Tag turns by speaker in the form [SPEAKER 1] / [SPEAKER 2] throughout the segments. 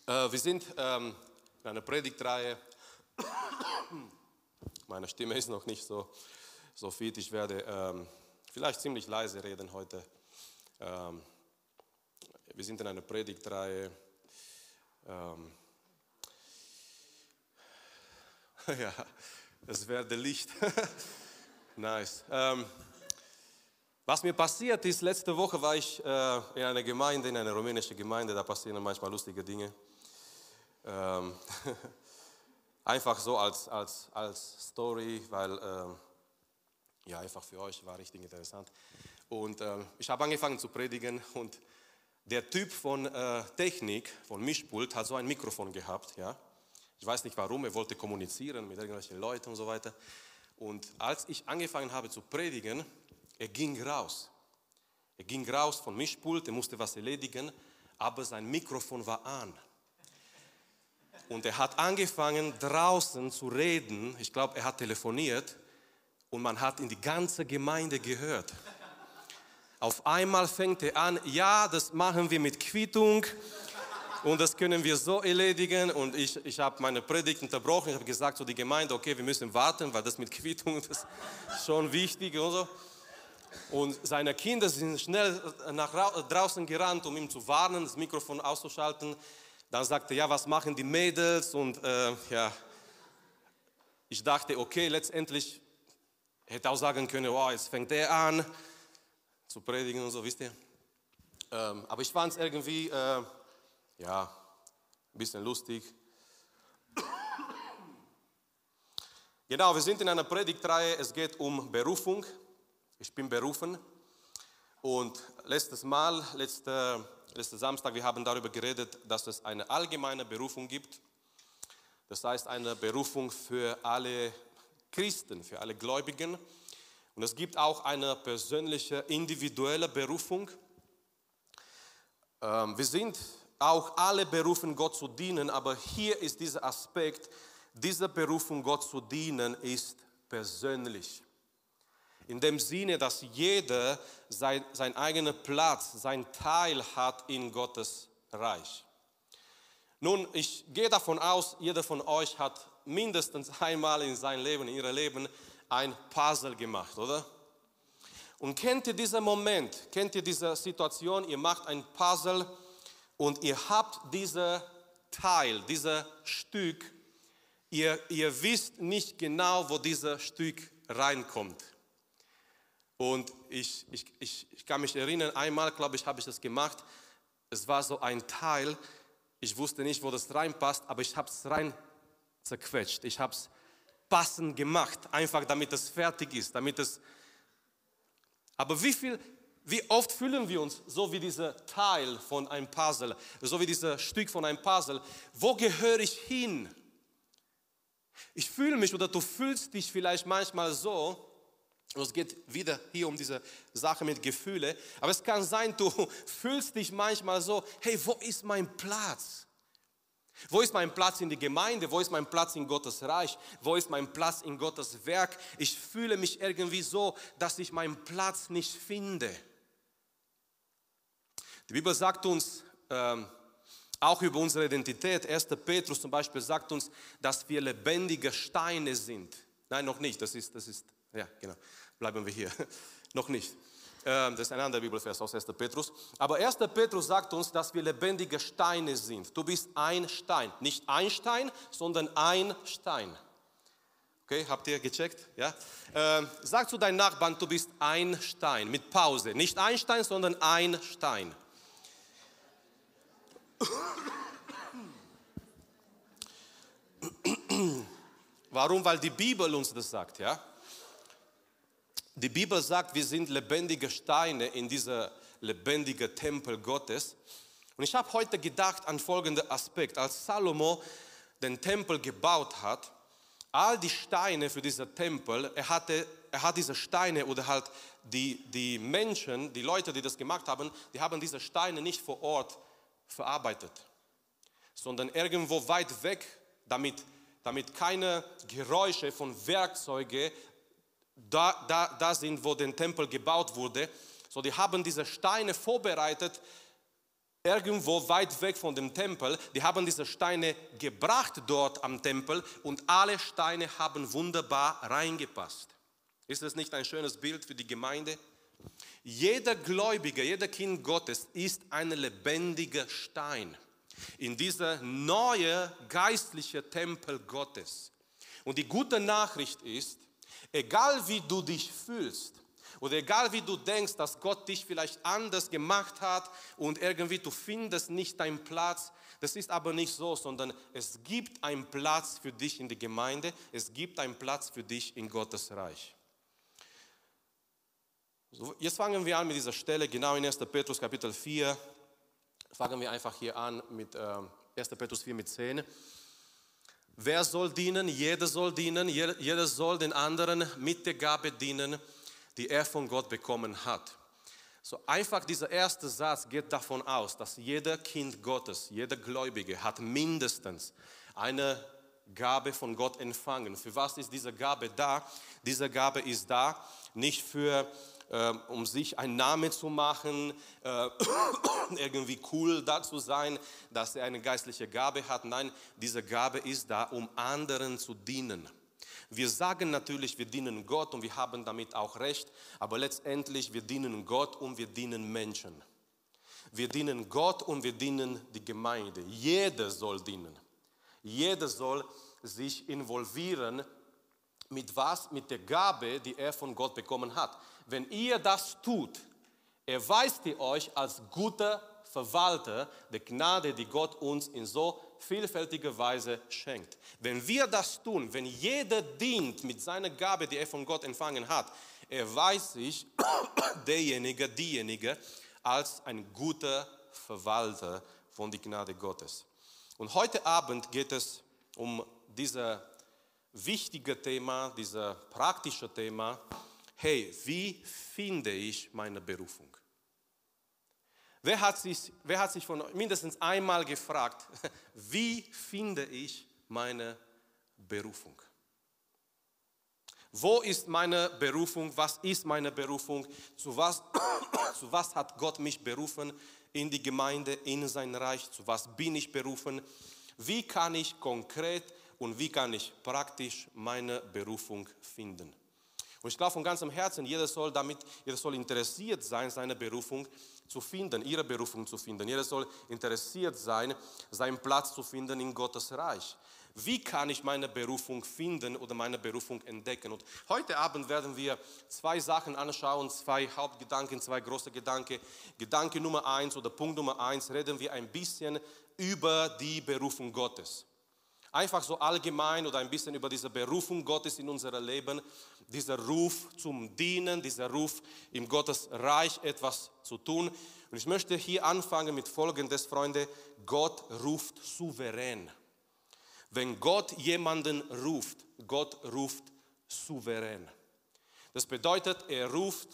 [SPEAKER 1] Wir sind in einer Predigtreihe. Meine Stimme ist noch nicht so fit. Ich werde vielleicht ziemlich leise reden heute. Wir sind in einer Predigtreihe. Ja, es werde Licht. Nice. Was mir passiert ist, letzte Woche war ich in einer Gemeinde, in einer rumänischen Gemeinde, da passieren manchmal lustige Dinge. Einfach so als Story, weil ja, einfach für euch war richtig interessant. Und ich habe angefangen zu predigen und der Typ von Technik, von Mischpult, hat so ein Mikrofon gehabt. Ja? Ich weiß nicht warum, er wollte kommunizieren mit irgendwelchen Leuten und so weiter. Und als ich angefangen habe zu predigen, er ging raus. Er ging raus vom Mischpult, er musste was erledigen, aber sein Mikrofon war an. Und er hat angefangen draußen zu reden, ich glaube, er hat telefoniert und man hat in die ganze Gemeinde gehört. Auf einmal fängt er an, ja, das machen wir mit Quittung und das können wir so erledigen. Und ich habe meine Predigt unterbrochen, ich habe gesagt zu der Gemeinde, okay, wir müssen warten, weil das mit Quittung, das ist schon wichtig und so. Und seine Kinder sind schnell nach draußen gerannt, um ihn zu warnen, das Mikrofon auszuschalten. Dann sagte er, ja, was machen die Mädels? Und ja, ich dachte, okay, letztendlich hätte auch sagen können, wow, jetzt fängt er an zu predigen und so, wisst ihr. Aber ich fand es irgendwie, ja, ein bisschen lustig. Genau, wir sind in einer Predigtreihe, es geht um Berufung. Ich bin berufen. Und letzten Samstag, wir haben darüber geredet, dass es eine allgemeine Berufung gibt. Das heißt, eine Berufung für alle Christen, für alle Gläubigen. Und es gibt auch eine persönliche, individuelle Berufung. Wir sind auch alle berufen, Gott zu dienen, aber hier ist dieser Aspekt, diese Berufung, Gott zu dienen, ist persönlich. In dem Sinne, dass jeder seinen eigenen Platz, seinen Teil hat in Gottes Reich. Nun, ich gehe davon aus, jeder von euch hat mindestens einmal in seinem Leben, in ihrem Leben ein Puzzle gemacht, oder? Und kennt ihr diesen Moment, kennt ihr diese Situation, ihr macht ein Puzzle und ihr habt dieses Teil, dieses Stück, ihr wisst nicht genau, wo dieses Stück reinkommt. Und ich kann mich erinnern, einmal, glaube ich, habe ich das gemacht. Es war so ein Teil, ich wusste nicht, wo das reinpasst, aber ich habe es rein zerquetscht. Ich habe es passend gemacht, einfach damit es fertig ist. Aber wie oft fühlen wir uns so wie dieser Teil von einem Puzzle, so wie dieses Stück von einem Puzzle? Wo gehöre ich hin? Ich fühle mich oder du fühlst dich vielleicht manchmal so. Und es geht wieder hier um diese Sache mit Gefühle. Aber es kann sein, du fühlst dich manchmal so, hey, wo ist mein Platz? Wo ist mein Platz in der Gemeinde? Wo ist mein Platz in Gottes Reich? Wo ist mein Platz in Gottes Werk? Ich fühle mich irgendwie so, dass ich meinen Platz nicht finde. Die Bibel sagt uns auch über unsere Identität. 1. Petrus zum Beispiel sagt uns, dass wir lebendige Steine sind. Nein, noch nicht. Das ist ja, genau. Bleiben wir hier. Noch nicht. Das ist ein anderer Bibelvers aus 1. Petrus. Aber 1. Petrus sagt uns, dass wir lebendige Steine sind. Du bist ein Stein. Nicht ein Stein, sondern ein Stein. Okay, habt ihr gecheckt? Ja? Sag zu deinem Nachbarn, du bist ein Stein. Mit Pause. Nicht ein Stein, sondern ein Stein. Warum? Weil die Bibel uns das sagt, ja? Die Bibel sagt, wir sind lebendige Steine in dieser lebendigen Tempel Gottes. Und ich habe heute gedacht an folgenden Aspekt. Als Salomo den Tempel gebaut hat, all die Steine für diesen Tempel, er hat diese Steine oder halt die Menschen, die Leute, die das gemacht haben, die haben diese Steine nicht vor Ort verarbeitet, sondern irgendwo weit weg, damit keine Geräusche von Werkzeugen da sind, wo der Tempel gebaut wurde. So, die haben diese Steine vorbereitet, irgendwo weit weg von dem Tempel. Die haben diese Steine gebracht dort am Tempel und alle Steine haben wunderbar reingepasst. Ist das nicht ein schönes Bild für die Gemeinde? Jeder Gläubige, jeder Kind Gottes ist ein lebendiger Stein in dieser neuen geistlichen Tempel Gottes. Und die gute Nachricht ist, egal wie du dich fühlst oder egal wie du denkst, dass Gott dich vielleicht anders gemacht hat und irgendwie du findest nicht deinen Platz, das ist aber nicht so, sondern es gibt einen Platz für dich in der Gemeinde, es gibt einen Platz für dich in Gottes Reich. So, jetzt fangen wir an mit dieser Stelle, genau in 1. Petrus Kapitel 4, fangen wir einfach hier an mit 1. Petrus 4 mit 10. Wer soll dienen? Jeder soll dienen, jeder soll den anderen mit der Gabe dienen, die er von Gott bekommen hat. So einfach dieser erste Satz geht davon aus, dass jeder Kind Gottes, jeder Gläubige hat mindestens eine Gabe von Gott empfangen. Für was ist diese Gabe da? Diese Gabe ist da, nicht um sich einen Namen zu machen, irgendwie cool da zu sein, dass er eine geistliche Gabe hat. Nein, diese Gabe ist da, um anderen zu dienen. Wir sagen natürlich, wir dienen Gott und wir haben damit auch recht, aber letztendlich wir dienen Gott und wir dienen Menschen. Wir dienen Gott und wir dienen die Gemeinde. Jeder soll dienen. Jeder soll sich involvieren. Mit was? Mit der Gabe, die er von Gott bekommen hat. Wenn ihr das tut, erweist ihr euch als guter Verwalter der Gnade, die Gott uns in so vielfältiger Weise schenkt. Wenn wir das tun, wenn jeder dient mit seiner Gabe, die er von Gott empfangen hat, erweist sich diejenige als ein guter Verwalter von der Gnade Gottes. Und heute Abend geht es um dieses wichtige Thema, dieses praktische Thema. Hey, wie finde ich meine Berufung? Wer hat sich von mindestens einmal gefragt, wie finde ich meine Berufung? Wo ist meine Berufung? Was ist meine Berufung? Zu was hat Gott mich berufen in die Gemeinde, in sein Reich? Zu was bin ich berufen? Wie kann ich konkret und wie kann ich praktisch meine Berufung finden? Und ich glaube von ganzem Herzen, jeder soll interessiert sein, seine Berufung zu finden, ihre Berufung zu finden. Jeder soll interessiert sein, seinen Platz zu finden in Gottes Reich. Wie kann ich meine Berufung finden oder meine Berufung entdecken? Und heute Abend werden wir zwei Sachen anschauen, zwei Hauptgedanken, zwei große Gedanken. Gedanke Nummer 1 oder Punkt Nummer 1, reden wir ein bisschen über die Berufung Gottes. Einfach so allgemein oder ein bisschen über diese Berufung Gottes in unserem Leben, dieser Ruf zum Dienen, dieser Ruf im Gottes Reich etwas zu tun. Und ich möchte hier anfangen mit Folgendes, Freunde: Gott ruft souverän. Wenn Gott jemanden ruft, Gott ruft souverän. Das bedeutet, er ruft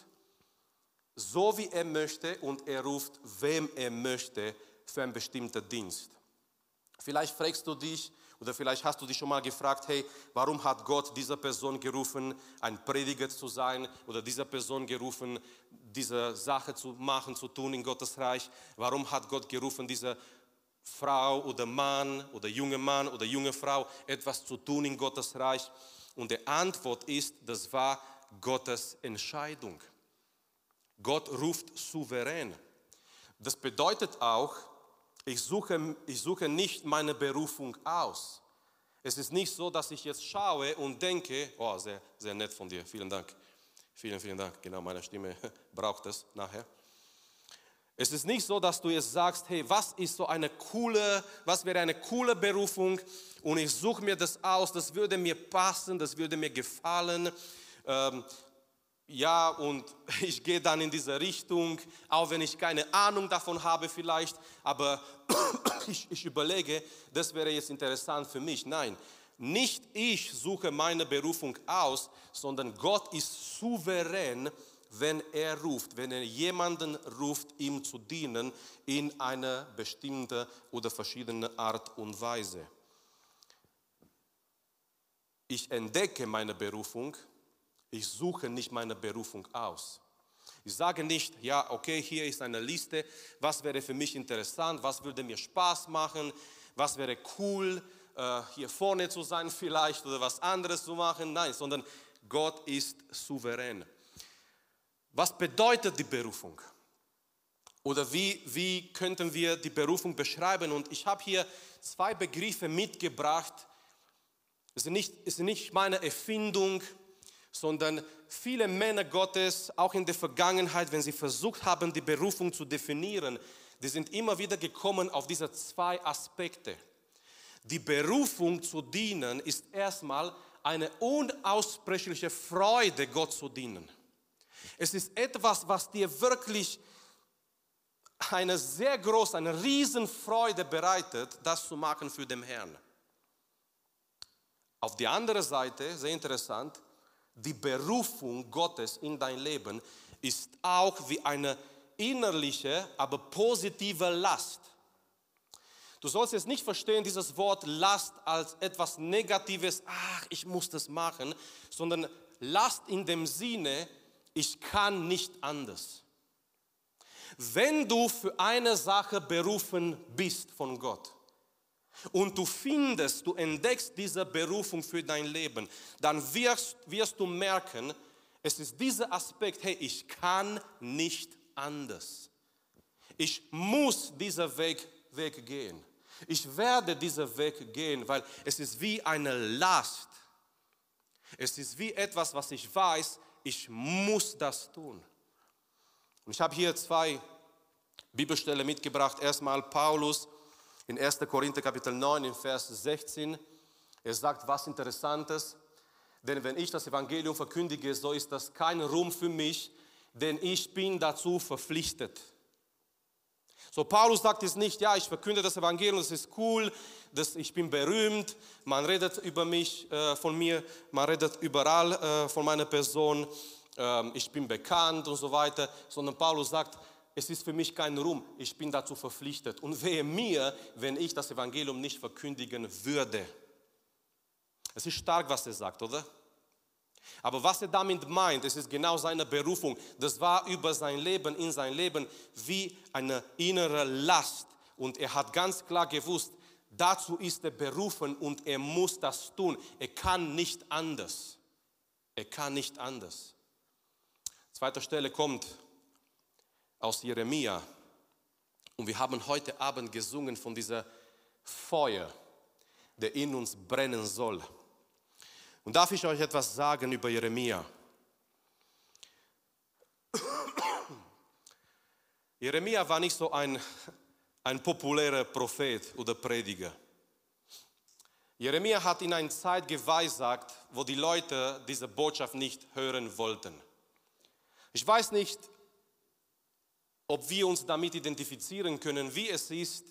[SPEAKER 1] so, wie er möchte und er ruft, wem er möchte für einen bestimmten Dienst. Vielleicht fragst du dich, oder vielleicht hast du dich schon mal gefragt, hey, warum hat Gott dieser Person gerufen, ein Prediger zu sein, oder dieser Person gerufen, diese Sache zu machen, zu tun in Gottes Reich? Warum hat Gott gerufen, diese Frau oder Mann oder junge Frau etwas zu tun in Gottes Reich? Und die Antwort ist, das war Gottes Entscheidung. Gott ruft souverän. Das bedeutet auch, ich suche nicht meine Berufung aus. Es ist nicht so, dass ich jetzt schaue und denke, oh, sehr, sehr nett von dir, vielen Dank. Vielen, vielen Dank, genau, meine Stimme braucht es nachher. Es ist nicht so, dass du jetzt sagst, hey, was wäre eine coole Berufung und ich suche mir das aus, das würde mir passen, das würde mir gefallen. Ja, und ich gehe dann in diese Richtung, auch wenn ich keine Ahnung davon habe vielleicht, aber ich überlege, das wäre jetzt interessant für mich. Nein, nicht ich suche meine Berufung aus, sondern Gott ist souverän, wenn er ruft, wenn er jemanden ruft, ihm zu dienen in einer bestimmten oder verschiedenen Art und Weise. Ich entdecke meine Berufung. Ich suche nicht meine Berufung aus. Ich sage nicht, ja, okay, hier ist eine Liste, was wäre für mich interessant, was würde mir Spaß machen, was wäre cool, hier vorne zu sein vielleicht oder was anderes zu machen. Nein, sondern Gott ist souverän. Was bedeutet die Berufung? Oder wie könnten wir die Berufung beschreiben? Und ich habe hier 2 Begriffe mitgebracht. Es ist nicht meine Erfindung, sondern viele Männer Gottes, auch in der Vergangenheit, wenn sie versucht haben, die Berufung zu definieren, die sind immer wieder gekommen auf diese 2 Aspekte. Die Berufung zu dienen ist erstmal eine unaussprechliche Freude, Gott zu dienen. Es ist etwas, was dir wirklich eine sehr große, eine Riesenfreude bereitet, das zu machen für den Herrn. Auf die andere Seite, sehr interessant, die Berufung Gottes in dein Leben ist auch wie eine innerliche, aber positive Last. Du sollst jetzt nicht verstehen, dieses Wort Last als etwas Negatives, ach, ich muss das machen, sondern Last in dem Sinne, ich kann nicht anders. Wenn du für eine Sache berufen bist von Gott, und du entdeckst diese Berufung für dein Leben, dann wirst du merken, es ist dieser Aspekt, hey, ich kann nicht anders. Ich muss diesen Weg gehen. Ich werde diesen Weg gehen, weil es ist wie eine Last. Es ist wie etwas, was ich weiß, ich muss das tun. Und ich habe hier 2 Bibelstellen mitgebracht. Erstmal Paulus in 1. Korinther Kapitel 9, in Vers 16, er sagt was Interessantes, denn wenn ich das Evangelium verkündige, so ist das kein Ruhm für mich, denn ich bin dazu verpflichtet. So, Paulus sagt jetzt nicht, ja, ich verkünde das Evangelium, das ist cool, ich bin berühmt, man redet über mich, von mir, man redet überall von meiner Person, ich bin bekannt und so weiter, sondern Paulus sagt, es ist für mich kein Ruhm, ich bin dazu verpflichtet. Und wehe mir, wenn ich das Evangelium nicht verkündigen würde. Es ist stark, was er sagt, oder? Aber was er damit meint, es ist genau seine Berufung. Das war über sein Leben, in sein Leben, wie eine innere Last. Und er hat ganz klar gewusst, dazu ist er berufen und er muss das tun. Er kann nicht anders. Er kann nicht anders. Zweite Stelle kommt aus Jeremia. Und wir haben heute Abend gesungen von dieser Feuer, der in uns brennen soll. Und darf ich euch etwas sagen über Jeremia? Jeremia war nicht so ein populärer Prophet oder Prediger. Jeremia hat in einer Zeit geweissagt, wo die Leute diese Botschaft nicht hören wollten. Ich weiß nicht, ob wir uns damit identifizieren können, wie es ist,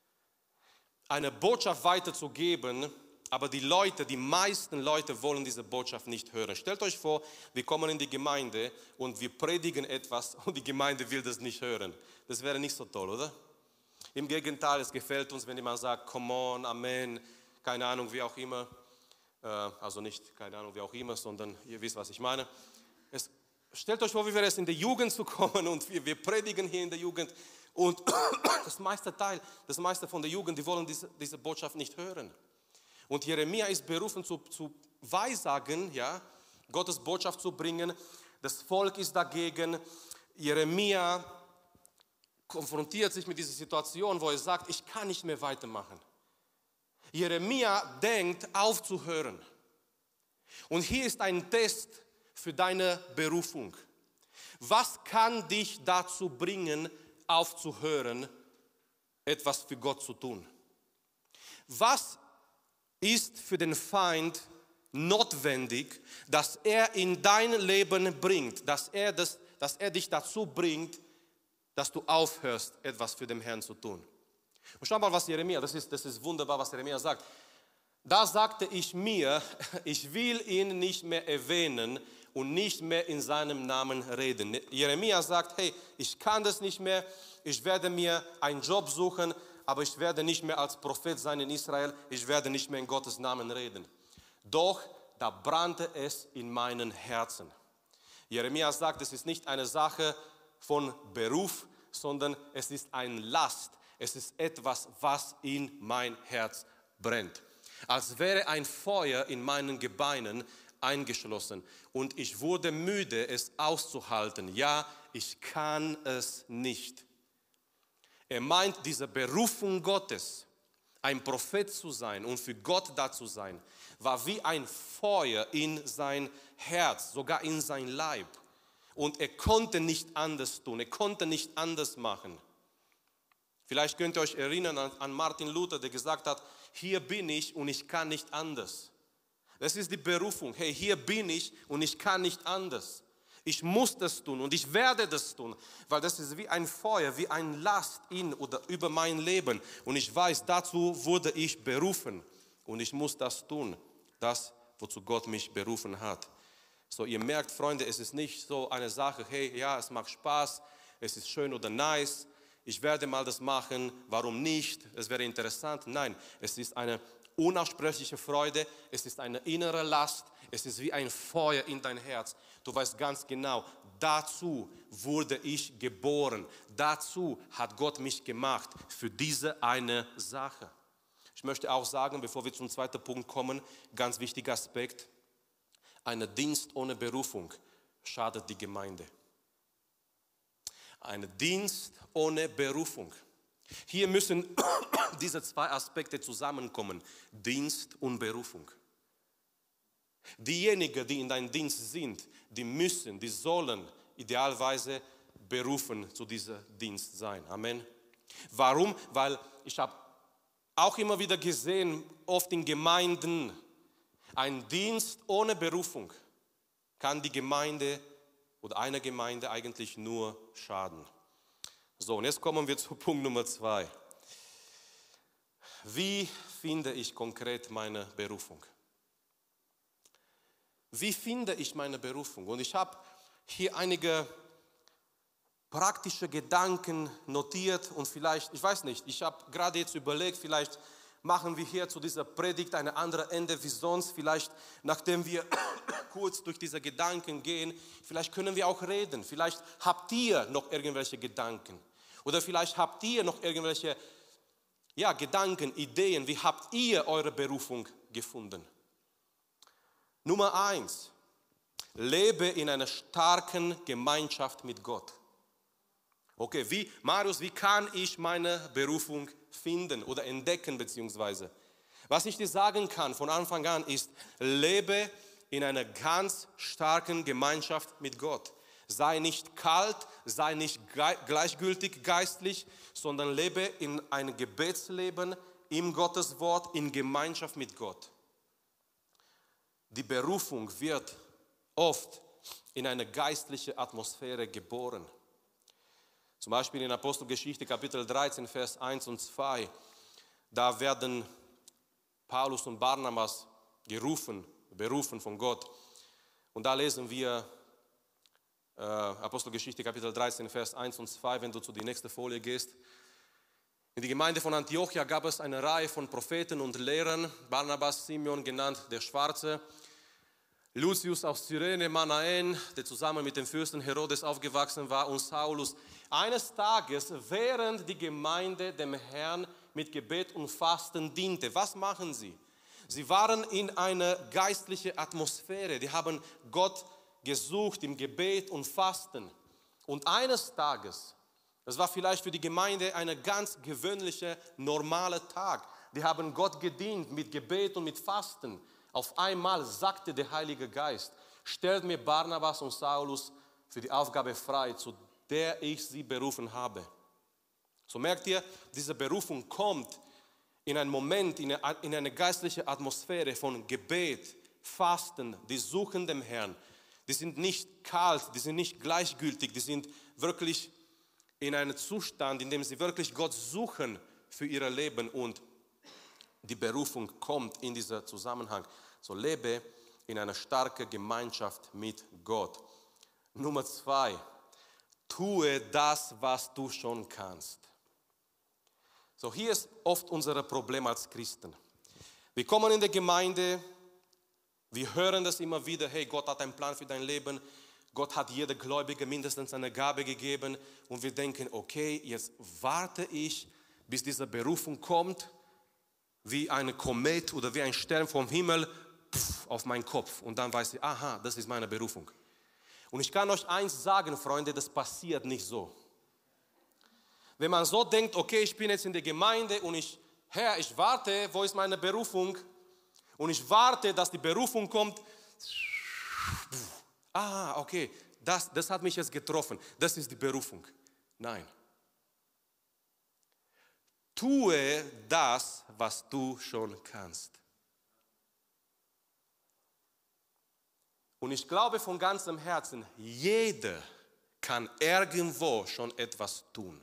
[SPEAKER 1] eine Botschaft weiterzugeben, aber die meisten Leute wollen diese Botschaft nicht hören. Stellt euch vor, wir kommen in die Gemeinde und wir predigen etwas und die Gemeinde will das nicht hören. Das wäre nicht so toll, oder? Im Gegenteil, es gefällt uns, wenn jemand sagt, come on, Amen, keine Ahnung, wie auch immer. Also nicht keine Ahnung, wie auch immer, sondern ihr wisst, was ich meine. Stellt euch vor, wie wäre es in der Jugend zu kommen und wir predigen hier in der Jugend und das meiste von der Jugend, die wollen diese Botschaft nicht hören. Und Jeremia ist berufen zu weissagen, ja, Gottes Botschaft zu bringen. Das Volk ist dagegen. Jeremia konfrontiert sich mit dieser Situation, wo er sagt, ich kann nicht mehr weitermachen. Jeremia denkt aufzuhören. Und hier ist ein Test für deine Berufung. Was kann dich dazu bringen, aufzuhören, etwas für Gott zu tun? Was ist für den Feind notwendig, dass er in dein Leben bringt, dass er dich dazu bringt, dass du aufhörst, etwas für den Herrn zu tun? Und schau mal, was Jeremia, das ist wunderbar, was Jeremia sagt. Da sagte ich mir, ich will ihn nicht mehr erwähnen und nicht mehr in seinem Namen reden. Jeremia sagt, hey, ich kann das nicht mehr, ich werde mir einen Job suchen, aber ich werde nicht mehr als Prophet sein in Israel, ich werde nicht mehr in Gottes Namen reden. Doch da brannte es in meinem Herzen. Jeremia sagt, es ist nicht eine Sache von Beruf, sondern es ist eine Last. Es ist etwas, was in mein Herz brennt. Als wäre ein Feuer in meinen Gebeinen eingeschlossen. Und ich wurde müde, es auszuhalten. Ja, ich kann es nicht. Er meint, diese Berufung Gottes, ein Prophet zu sein und für Gott da zu sein, war wie ein Feuer in sein Herz, sogar in sein Leib. Und er konnte nicht anders tun, er konnte nicht anders machen. Vielleicht könnt ihr euch erinnern an Martin Luther, der gesagt hat, hier bin ich und ich kann nicht anders. Das ist die Berufung. Hey, hier bin ich und ich kann nicht anders. Ich muss das tun und ich werde das tun, weil das ist wie ein Feuer, wie ein Last in oder über mein Leben. Und ich weiß, dazu wurde ich berufen und ich muss das tun, das, wozu Gott mich berufen hat. So, ihr merkt, Freunde, es ist nicht so eine Sache, hey, ja, es macht Spaß, es ist schön oder nice, ich werde mal das machen, warum nicht, es wäre interessant. Nein, es ist eine unaussprechliche Freude, es ist eine innere Last, es ist wie ein Feuer in dein Herz. Du weißt ganz genau, dazu wurde ich geboren, dazu hat Gott mich gemacht, für diese eine Sache. Ich möchte auch sagen, bevor wir zum zweiten Punkt kommen, ganz wichtiger Aspekt, ein Dienst ohne Berufung schadet die Gemeinde. Ein Dienst ohne Berufung. Hier müssen diese zwei Aspekte zusammenkommen, Dienst und Berufung. Diejenigen, die in deinem Dienst sind, die sollen idealerweise berufen zu diesem Dienst sein. Amen. Warum? Weil ich habe auch immer wieder gesehen, oft in Gemeinden, ein Dienst ohne Berufung kann die Gemeinde oder einer Gemeinde eigentlich nur schaden. So, und jetzt kommen wir zu Punkt Nummer 2. Wie finde ich konkret meine Berufung? Wie finde ich meine Berufung? Und ich habe hier einige praktische Gedanken notiert und vielleicht, ich weiß nicht, ich habe gerade jetzt überlegt, vielleicht machen wir hier zu dieser Predigt eine andere Ende wie sonst. Vielleicht, nachdem wir kurz durch diese Gedanken gehen, vielleicht können wir auch reden. Vielleicht habt ihr noch irgendwelche Gedanken. Oder vielleicht habt ihr noch irgendwelche Gedanken, Ideen. Wie habt ihr eure Berufung gefunden? Nummer 1. Lebe in einer starken Gemeinschaft mit Gott. Okay, Marius, wie kann ich meine Berufung finden oder entdecken beziehungsweise? Was ich dir sagen kann von Anfang an ist, lebe in einer ganz starken Gemeinschaft mit Gott. Sei nicht kalt, sei nicht gleichgültig geistlich, sondern lebe in ein Gebetsleben, im Gotteswort, in Gemeinschaft mit Gott. Die Berufung wird oft in eine geistliche Atmosphäre geboren. Zum Beispiel in Apostelgeschichte Kapitel 13, Vers 1 und 2. Da werden Paulus und Barnabas berufen von Gott. Und da lesen wir Apostelgeschichte Kapitel 13, Vers 1 und 2, wenn du zu die nächste Folie gehst. In der Gemeinde von Antiochia gab es eine Reihe von Propheten und Lehrern. Barnabas, Simeon genannt der Schwarze, Lucius aus Cyrene, Manaen, der zusammen mit dem Fürsten Herodes aufgewachsen war, und Saulus. Eines Tages, während die Gemeinde dem Herrn mit Gebet und Fasten diente, was machen sie? Sie waren in einer geistlichen Atmosphäre, die haben Gott gesucht im Gebet und Fasten. Und eines Tages, das war vielleicht für die Gemeinde ein ganz gewöhnlicher, normaler Tag, die haben Gott gedient mit Gebet und mit Fasten. Auf einmal sagte der Heilige Geist, stellt mir Barnabas und Saulus für die Aufgabe frei, zu der ich sie berufen habe. So merkt ihr, diese Berufung kommt in einen Moment, in eine geistliche Atmosphäre von Gebet, Fasten, die suchen den Herrn. Die sind nicht kalt, die sind nicht gleichgültig, die sind wirklich in einem Zustand, in dem sie wirklich Gott suchen für ihr Leben, und die Berufung kommt in dieser Zusammenhang. So lebe in einer starken Gemeinschaft mit Gott. Nummer 2, tue das, was du schon kannst. So, hier ist oft unser Problem als Christen. Wir kommen in die Gemeinde, wir hören das immer wieder, hey, Gott hat einen Plan für dein Leben, Gott hat jeder Gläubige mindestens eine Gabe gegeben und wir denken, okay, jetzt warte ich, bis diese Berufung kommt, wie eine Komet oder wie ein Stern vom Himmel auf meinen Kopf. Und dann weiß ich, aha, das ist meine Berufung. Und ich kann euch eins sagen, Freunde, das passiert nicht so. Wenn man so denkt, okay, ich bin jetzt in der Gemeinde und Herr, ich warte, wo ist meine Berufung? Und ich warte, dass die Berufung kommt. Ah, okay, das hat mich jetzt getroffen. Das ist die Berufung. Nein. Tue das, was du schon kannst. Und ich glaube von ganzem Herzen, jeder kann irgendwo schon etwas tun.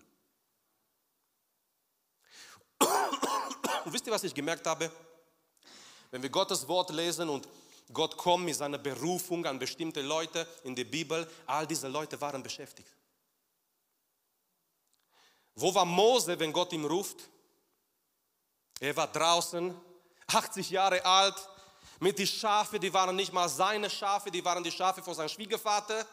[SPEAKER 1] Und wisst ihr, was ich gemerkt habe? Wenn wir Gottes Wort lesen und Gott kommt mit seiner Berufung an bestimmte Leute in der Bibel, all diese Leute waren beschäftigt. Wo war Mose, wenn Gott ihn ruft? Er war draußen, 80 Jahre alt, mit den Schafen, die waren nicht mal seine Schafe, die waren die Schafe von seinem Schwiegervater.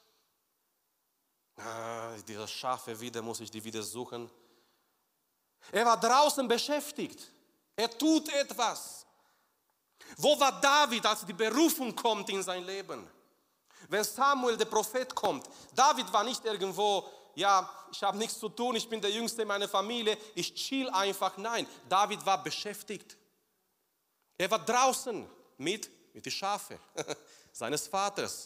[SPEAKER 1] Diese Schafe wieder, muss ich die wieder suchen. Er war draußen beschäftigt. Er tut etwas. Wo war David, als die Berufung kommt in sein Leben? Wenn Samuel, der Prophet, kommt. David war nicht irgendwo, ja, ich habe nichts zu tun, ich bin der Jüngste in meiner Familie, ich chill einfach. Nein, David war beschäftigt. Er war draußen mit den Schafen seines Vaters.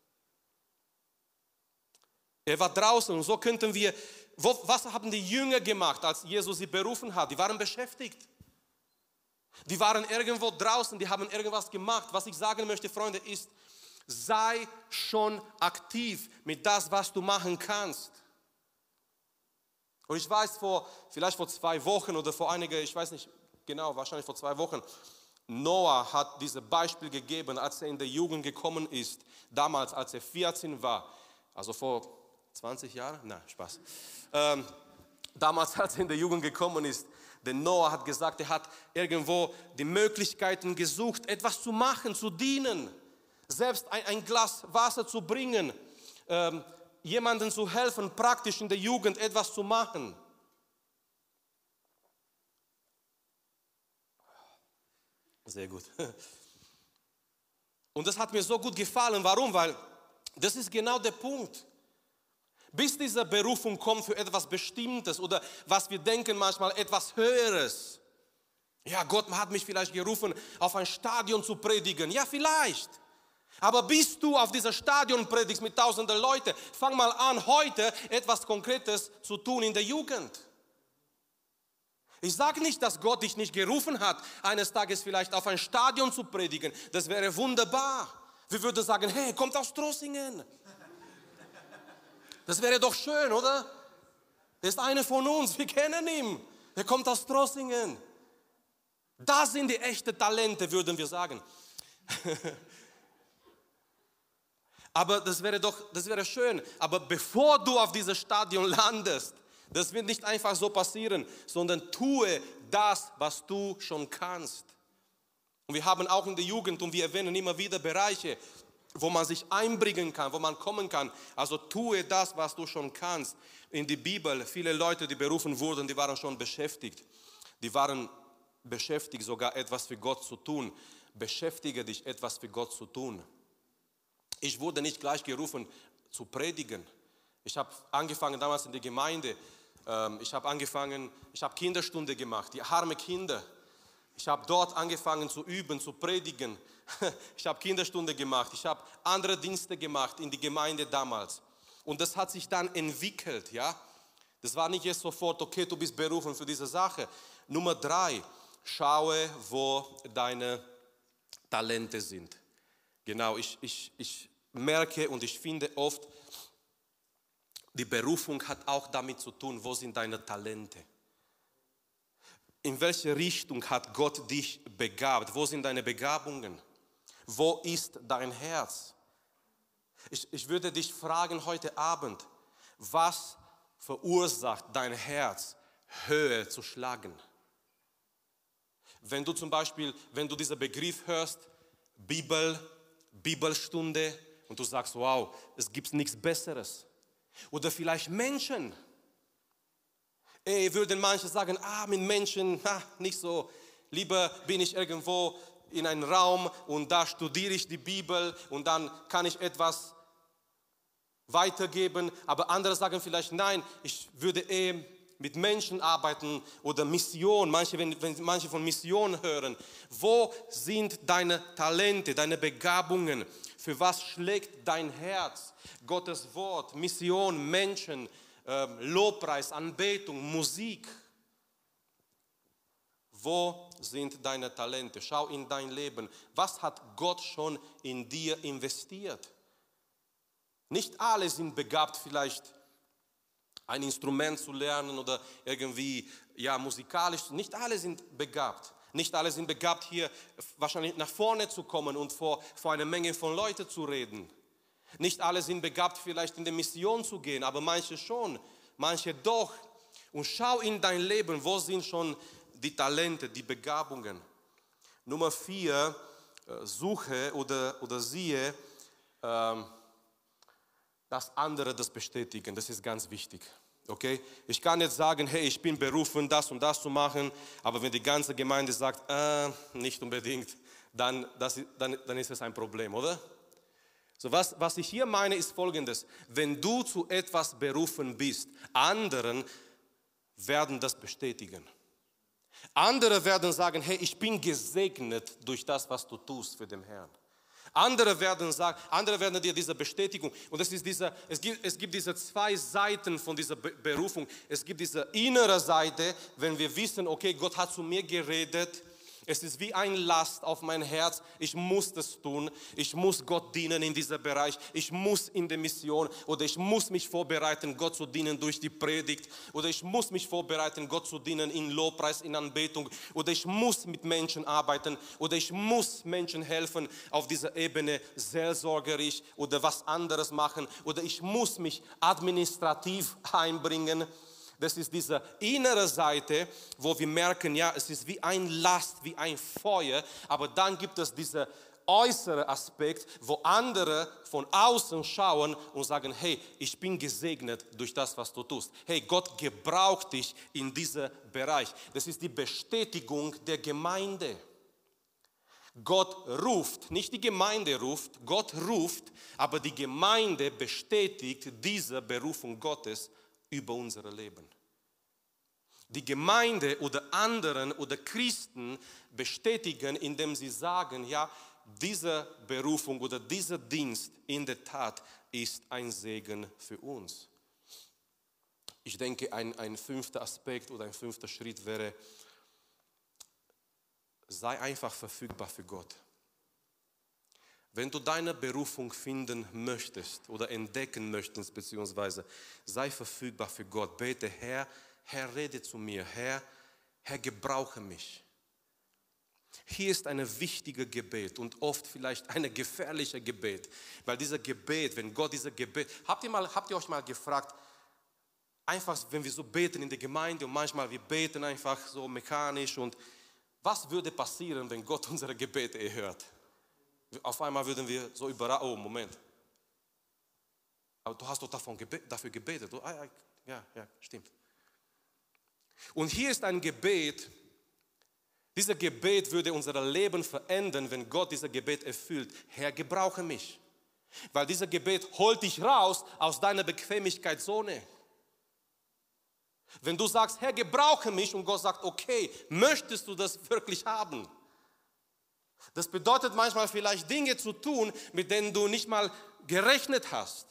[SPEAKER 1] Er war draußen und so könnten wir, was haben die Jünger gemacht, als Jesus sie berufen hat? Die waren beschäftigt. Die waren irgendwo draußen, die haben irgendwas gemacht. Was ich sagen möchte, Freunde, ist, sei schon aktiv mit das, was du machen kannst. Und ich weiß, vielleicht vor 2 Wochen oder vor einigen, ich weiß nicht genau, wahrscheinlich vor 2 Wochen, Noah hat dieses Beispiel gegeben, als er in der Jugend gekommen ist, damals, als er 14 war, also vor 20 Jahren, nein, Spaß. Damals, als er in der Jugend gekommen ist, der Noah hat gesagt, er hat irgendwo die Möglichkeiten gesucht, etwas zu machen, zu dienen, selbst ein Glas Wasser zu bringen, jemandem zu helfen, praktisch in der Jugend etwas zu machen. Sehr gut. Und das hat mir so gut gefallen. Warum? Weil das ist genau der Punkt. Bis diese Berufung kommt für etwas Bestimmtes oder was wir denken manchmal etwas Höheres. Ja, Gott hat mich vielleicht gerufen, auf ein Stadion zu predigen. Ja, vielleicht. Aber bis du auf dieser Stadion predigst mit tausenden Leuten, fang mal an, heute etwas Konkretes zu tun in der Jugend. Ich sage nicht, dass Gott dich nicht gerufen hat, eines Tages vielleicht auf ein Stadion zu predigen. Das wäre wunderbar. Wir würden sagen, hey, kommt aus Trossingen. Das wäre doch schön, oder? Er ist einer von uns, wir kennen ihn. Er kommt aus Trossingen. Das sind die echten Talente, würden wir sagen. Aber das wäre schön. Aber bevor du auf dieses Stadion landest, das wird nicht einfach so passieren, sondern tue das, was du schon kannst. Und wir haben auch in der Jugend, und wir erwähnen immer wieder Bereiche, wo man sich einbringen kann, wo man kommen kann. Also tue das, was du schon kannst. In der Bibel, viele Leute, die berufen wurden, die waren schon beschäftigt. Die waren beschäftigt, sogar etwas für Gott zu tun. Beschäftige dich, etwas für Gott zu tun. Ich wurde nicht gleich gerufen, zu predigen. Ich habe angefangen damals in der Gemeinde. Ich habe Kinderstunde gemacht, die armen Kinder. Ich habe dort angefangen zu üben, zu predigen. Ich habe Kinderstunde gemacht. Ich habe andere Dienste gemacht in die Gemeinde damals. Und das hat sich dann entwickelt, ja. Das war nicht jetzt sofort, okay, du bist berufen für diese Sache. Nummer 3, schaue, wo deine Talente sind. Genau, ich merke und ich finde oft, die Berufung hat auch damit zu tun, wo sind deine Talente? In welche Richtung hat Gott dich begabt? Wo sind deine Begabungen? Wo ist dein Herz? Ich würde dich fragen heute Abend, was verursacht dein Herz, höher zu schlagen? Wenn du zum Beispiel, wenn du diesen Begriff hörst, Bibelstunde und du sagst, wow, es gibt nichts Besseres. Oder vielleicht Menschen. Würden manche sagen, mit Menschen, nicht so. Lieber bin ich irgendwo in einem Raum und da studiere ich die Bibel und dann kann ich etwas weitergeben. Aber andere sagen vielleicht, nein, ich würde mit Menschen arbeiten oder Mission. Wenn manche von Mission hören, wo sind deine Talente, deine Begabungen? Für was schlägt dein Herz? Gottes Wort, Mission, Menschen, Lobpreis, Anbetung, Musik. Wo sind deine Talente? Schau in dein Leben. Was hat Gott schon in dir investiert? Nicht alle sind begabt, vielleicht ein Instrument zu lernen oder irgendwie musikalisch. Nicht alle sind begabt. Nicht alle sind begabt, hier wahrscheinlich nach vorne zu kommen und vor einer Menge von Leuten zu reden. Nicht alle sind begabt, vielleicht in die Mission zu gehen, aber manche schon, manche doch. Und schau in dein Leben, wo sind schon die Talente, die Begabungen. Nummer 4, suche oder siehe, dass andere das bestätigen. Das ist ganz wichtig. Okay? Ich kann jetzt sagen, hey, ich bin berufen, das und das zu machen, aber wenn die ganze Gemeinde sagt, nicht unbedingt, dann ist es ein Problem, oder? So, was ich hier meine, ist Folgendes. Wenn du zu etwas berufen bist, anderen werden das bestätigen. Andere werden sagen, hey, ich bin gesegnet durch das, was du tust für den Herrn. Andere werden dir diese Bestätigung. Und es gibt diese zwei Seiten von dieser Berufung. Es gibt diese innere Seite, wenn wir wissen, okay, Gott hat zu mir geredet. Es ist wie ein Last auf mein Herz. Ich muss das tun. Ich muss Gott dienen in diesem Bereich. Ich muss in der Mission oder ich muss mich vorbereiten, Gott zu dienen durch die Predigt. Oder ich muss mich vorbereiten, Gott zu dienen in Lobpreis, in Anbetung. Oder ich muss mit Menschen arbeiten. Oder ich muss Menschen helfen auf dieser Ebene, seelsorgerisch oder was anderes machen. Oder ich muss mich administrativ einbringen. Das ist diese innere Seite, wo wir merken, ja, es ist wie ein Last, wie ein Feuer. Aber dann gibt es diesen äußeren Aspekt, wo andere von außen schauen und sagen, hey, ich bin gesegnet durch das, was du tust. Hey, Gott gebraucht dich in diesem Bereich. Das ist die Bestätigung der Gemeinde. Gott ruft, nicht die Gemeinde ruft, Gott ruft, aber die Gemeinde bestätigt diese Berufung Gottes über unser Leben. Die Gemeinde oder anderen oder Christen bestätigen, indem sie sagen, ja, diese Berufung oder dieser Dienst in der Tat ist ein Segen für uns. Ich denke, ein 5. Aspekt oder ein 5. Schritt wäre, sei einfach verfügbar für Gott. Wenn du deine Berufung finden möchtest oder entdecken möchtest, beziehungsweise sei verfügbar für Gott. Bete, Herr, rede zu mir. Herr, gebrauche mich. Hier ist eine wichtige Gebet und oft vielleicht eine gefährliche Gebet. Weil dieser Gebet, wenn Gott dieser Gebet... Habt ihr euch mal gefragt, einfach wenn wir so beten in der Gemeinde und manchmal wir beten einfach so mechanisch und was würde passieren, wenn Gott unsere Gebete erhört? Auf einmal würden wir so überrascht, oh Moment, aber du hast doch dafür gebetet. Ja, stimmt. Und hier ist ein Gebet, dieses Gebet würde unser Leben verändern, wenn Gott dieses Gebet erfüllt. Herr, gebrauche mich. Weil dieses Gebet holt dich raus aus deiner Bequemlichkeitszone. Wenn du sagst, Herr, gebrauche mich und Gott sagt, okay, möchtest du das wirklich haben? Das bedeutet manchmal vielleicht Dinge zu tun, mit denen du nicht mal gerechnet hast.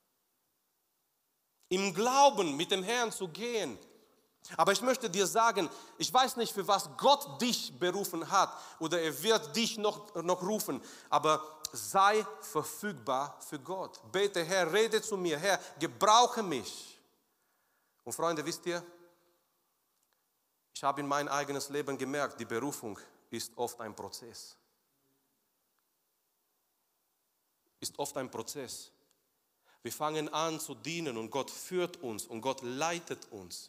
[SPEAKER 1] Im Glauben mit dem Herrn zu gehen. Aber ich möchte dir sagen, ich weiß nicht, für was Gott dich berufen hat oder er wird dich noch rufen, aber sei verfügbar für Gott. Bete, Herr, rede zu mir, Herr, gebrauche mich. Und Freunde, wisst ihr, ich habe in mein eigenes Leben gemerkt, die Berufung ist oft ein Prozess. Ist oft ein Prozess. Wir fangen an zu dienen und Gott führt uns und Gott leitet uns.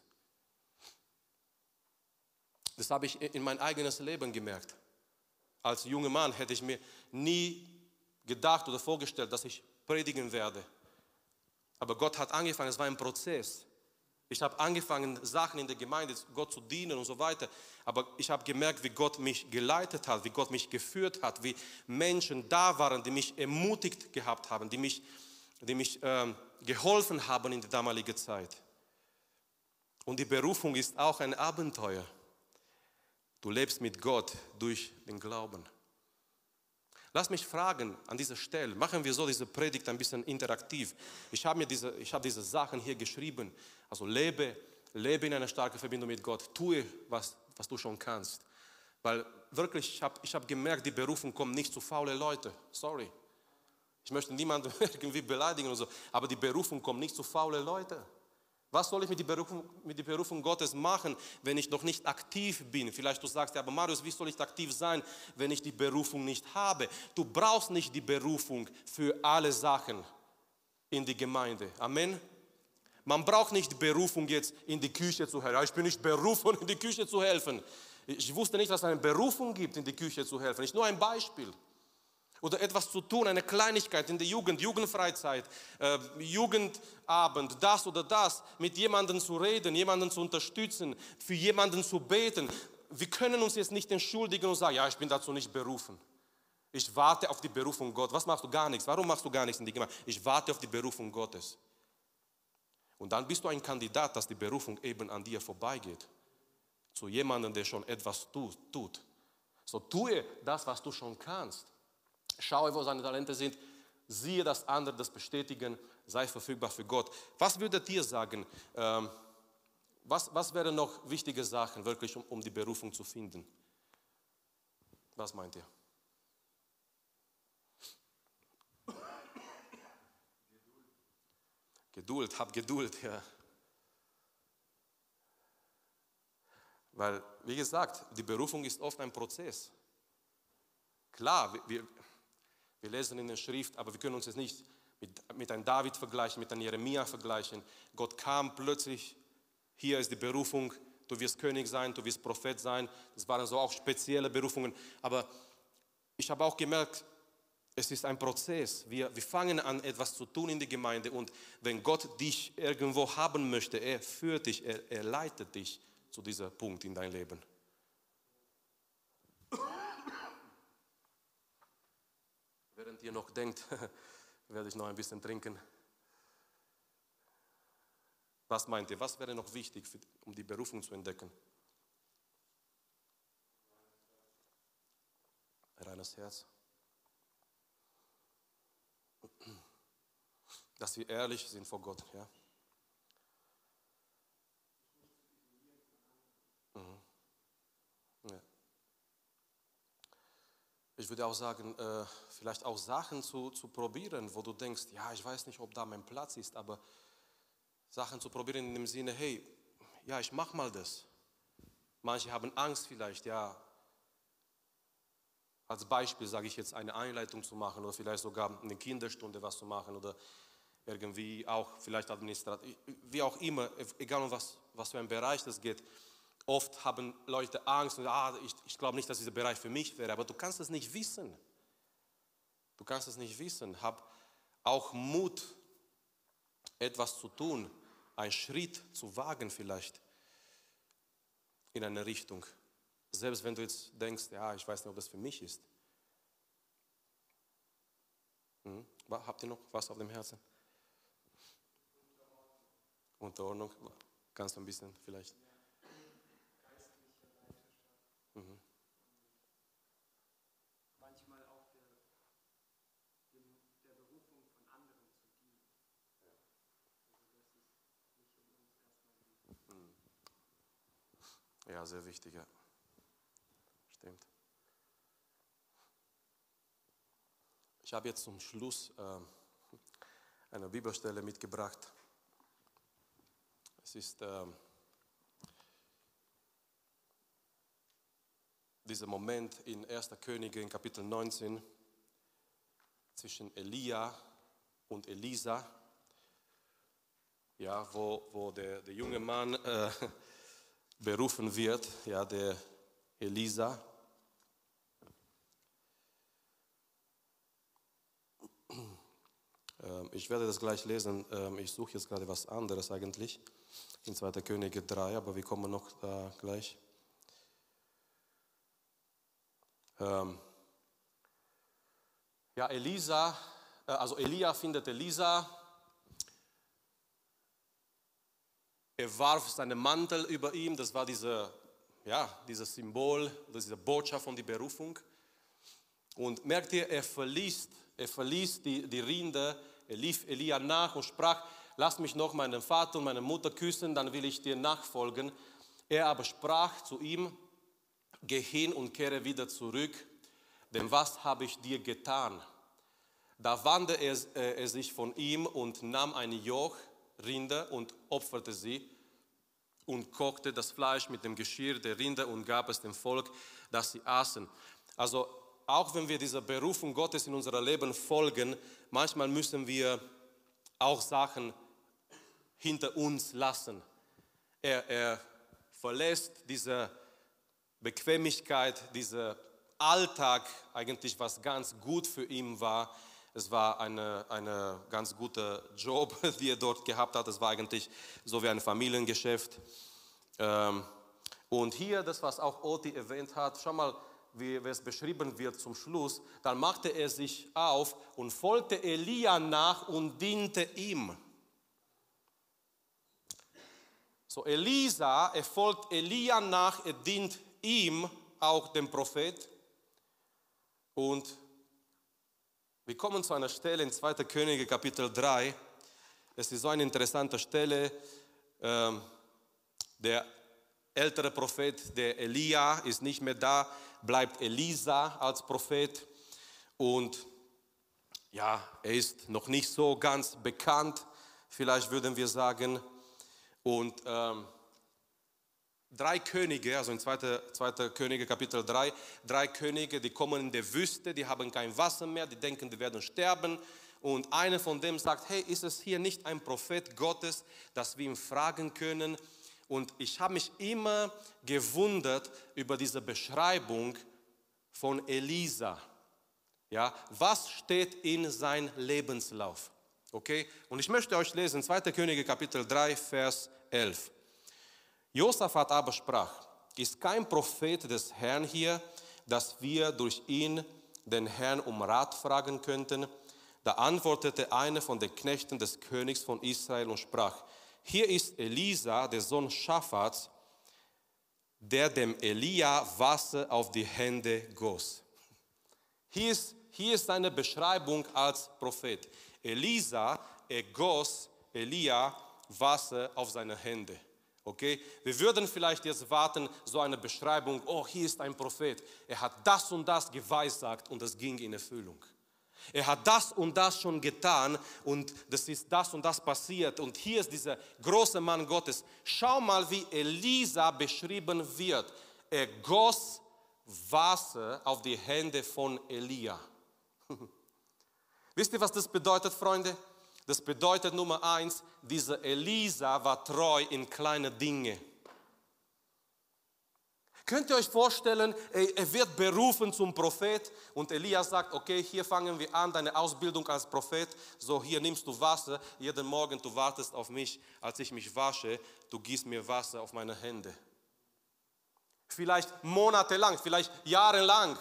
[SPEAKER 1] Das habe ich in mein eigenes Leben gemerkt. Als junger Mann hätte ich mir nie gedacht oder vorgestellt, dass ich predigen werde. Aber Gott hat angefangen, es war ein Prozess. Ich habe angefangen, Sachen in der Gemeinde, Gott zu dienen und so weiter. Aber ich habe gemerkt, wie Gott mich geleitet hat, wie Gott mich geführt hat, wie Menschen da waren, die mich ermutigt gehabt haben, die mich geholfen haben in der damaligen Zeit. Und die Berufung ist auch ein Abenteuer. Du lebst mit Gott durch den Glauben. Lass mich fragen an dieser Stelle, machen wir so diese Predigt ein bisschen interaktiv. Ich habe diese Sachen hier geschrieben. Also lebe in einer starken Verbindung mit Gott. Tue, was du schon kannst. Weil wirklich, ich habe gemerkt, die Berufung kommt nicht zu faule Leute. Sorry. Ich möchte niemanden irgendwie beleidigen oder so. Aber die Berufung kommt nicht zu faule Leute. Was soll ich mit der Berufung Gottes machen, wenn ich noch nicht aktiv bin? Vielleicht du sagst, ja, aber Marius, wie soll ich aktiv sein, wenn ich die Berufung nicht habe? Du brauchst nicht die Berufung für alle Sachen in die Gemeinde. Amen. Man braucht nicht die Berufung jetzt in die Küche zu helfen. Ja, ich bin nicht berufen, in die Küche zu helfen. Ich wusste nicht, dass es eine Berufung gibt, in die Küche zu helfen. Ist nur ein Beispiel. Oder etwas zu tun, eine Kleinigkeit in der Jugend, Jugendfreizeit, Jugendabend, das oder das, mit jemandem zu reden, jemanden zu unterstützen, für jemanden zu beten. Wir können uns jetzt nicht entschuldigen und sagen, ja, ich bin dazu nicht berufen. Ich warte auf die Berufung Gottes. Was machst du? Gar nichts. Warum machst du gar nichts in die Gemeinde? Ich warte auf die Berufung Gottes. Und dann bist du ein Kandidat, dass die Berufung eben an dir vorbeigeht. Zu jemandem, der schon etwas tut. So tue das, was du schon kannst. Schaue, wo seine Talente sind, siehe, dass andere das bestätigen, sei verfügbar für Gott. Was würdet ihr sagen? Was wären noch wichtige Sachen, wirklich, um die Berufung zu finden? Was meint ihr? Geduld, hab Geduld, ja. Weil, wie gesagt, die Berufung ist oft ein Prozess. Klar, wir lesen in der Schrift, aber wir können uns jetzt nicht mit einem David vergleichen, mit einem Jeremia vergleichen. Gott kam plötzlich, hier ist die Berufung, du wirst König sein, du wirst Prophet sein. Das waren so auch spezielle Berufungen. Aber ich habe auch gemerkt, es ist ein Prozess. Wir fangen an, etwas zu tun in der Gemeinde und wenn Gott dich irgendwo haben möchte, er führt dich, er leitet dich zu diesem Punkt in dein Leben. Während ihr noch denkt, werde ich noch ein bisschen trinken. Was meint ihr? Was wäre noch wichtig, um die Berufung zu entdecken? Reines Herz. Dass wir ehrlich sind vor Gott. Ja? Mhm. Ja. Ich würde auch sagen, vielleicht auch Sachen zu probieren, wo du denkst, ja, ich weiß nicht, ob da mein Platz ist, aber Sachen zu probieren in dem Sinne, hey, ja, ich mache mal das. Manche haben Angst vielleicht, ja. Als Beispiel sage ich jetzt, eine Einleitung zu machen oder vielleicht sogar eine Kinderstunde was zu machen oder irgendwie auch vielleicht administrativ, wie auch immer, egal um was für ein Bereich das geht. Oft haben Leute Angst und ich glaube nicht, dass dieser Bereich für mich wäre, aber du kannst es nicht wissen. Du kannst es nicht wissen. Hab auch Mut, etwas zu tun, einen Schritt zu wagen vielleicht in eine Richtung. Selbst wenn du jetzt denkst, ja, ich weiß nicht, ob das für mich ist. Habt ihr noch was auf dem Herzen? Unterordnung. Kannst du ein bisschen vielleicht? Mhm.
[SPEAKER 2] Manchmal auch der Berufung von anderen zu dienen. Also dass es nicht um uns erstmal geht.
[SPEAKER 1] Ja, sehr wichtig, ja. Stimmt. Ich habe jetzt zum Schluss eine Bibelstelle mitgebracht. Es ist dieser Moment in 1. Könige in Kapitel 19 zwischen Elia und Elisa, ja, wo der junge Mann berufen wird, ja, der Elisa. Ich werde das gleich lesen. Ich suche jetzt gerade was anderes eigentlich in 2. Könige 3, aber wir kommen noch da gleich. Ja, Elia findet Elisa. Er warf seinen Mantel über ihm. Das war dieses Symbol, diese Botschaft von der Berufung. Und merkt ihr, er verließ die Rinde, er lief Elia nach und sprach, lass mich noch meinen Vater und meine Mutter küssen, dann will ich dir nachfolgen. Er aber sprach zu ihm, geh hin und kehre wieder zurück, denn was habe ich dir getan? Da wandte er sich von ihm und nahm ein Joch Rinder und opferte sie und kochte das Fleisch mit dem Geschirr der Rinder und gab es dem Volk, das sie aßen. Also auch wenn wir dieser Berufung Gottes in unserem Leben folgen, manchmal müssen wir auch Sachen hinter uns lassen. Er verlässt diese Bequemlichkeit, diesen Alltag, eigentlich was ganz gut für ihn war. Es war eine ganz guter Job, die er dort gehabt hat. Es war eigentlich so wie ein Familiengeschäft. Und hier, das was auch Oti erwähnt hat, schau mal, wie es beschrieben wird zum Schluss, dann machte er sich auf und folgte Elia nach und diente ihm. So Elisa, er folgt Elia nach, er dient ihm, auch dem Prophet. Und wir kommen zu einer Stelle in 2. Könige Kapitel 3. Es ist so eine interessante Stelle. Der ältere Prophet, der Elia, ist nicht mehr da, bleibt Elisa als Prophet. Und ja, er ist noch nicht so ganz bekannt, vielleicht würden wir sagen. Und 3 Könige, also in 2. Könige Kapitel 3, 3 Könige, die kommen in der Wüste, die haben kein Wasser mehr, die denken, die werden sterben. Und einer von dem sagt, hey, ist es hier nicht ein Prophet Gottes, dass wir ihn fragen können? Und ich habe mich immer gewundert über diese Beschreibung von Elisa. Ja, was steht in seinem Lebenslauf? Okay? Und ich möchte euch lesen, 2. Könige Kapitel 3, Vers 11. Josaphat aber sprach, ist kein Prophet des Herrn hier, dass wir durch ihn den Herrn um Rat fragen könnten? Da antwortete einer von den Knechten des Königs von Israel und sprach, hier ist Elisa, der Sohn Schaphats, der dem Elia Wasser auf die Hände goss. Hier ist seine Beschreibung als Prophet. Elisa, er goss Elia Wasser auf seine Hände. Okay? Wir würden vielleicht jetzt warten, so eine Beschreibung, oh, hier ist ein Prophet. Er hat das und das geweissagt und es ging in Erfüllung. Er hat das und das schon getan und das ist das und das passiert. Und hier ist dieser große Mann Gottes. Schau mal, wie Elisa beschrieben wird. Er goss Wasser auf die Hände von Elia. Wisst ihr, was das bedeutet, Freunde? Das bedeutet Nummer 1, dieser Elisa war treu in kleine Dinge. Könnt ihr euch vorstellen, er wird berufen zum Prophet und Elia sagt, okay, hier fangen wir an, deine Ausbildung als Prophet. So, hier nimmst du Wasser, jeden Morgen du wartest auf mich, als ich mich wasche, du gießt mir Wasser auf meine Hände. Vielleicht monatelang, vielleicht jahrelang.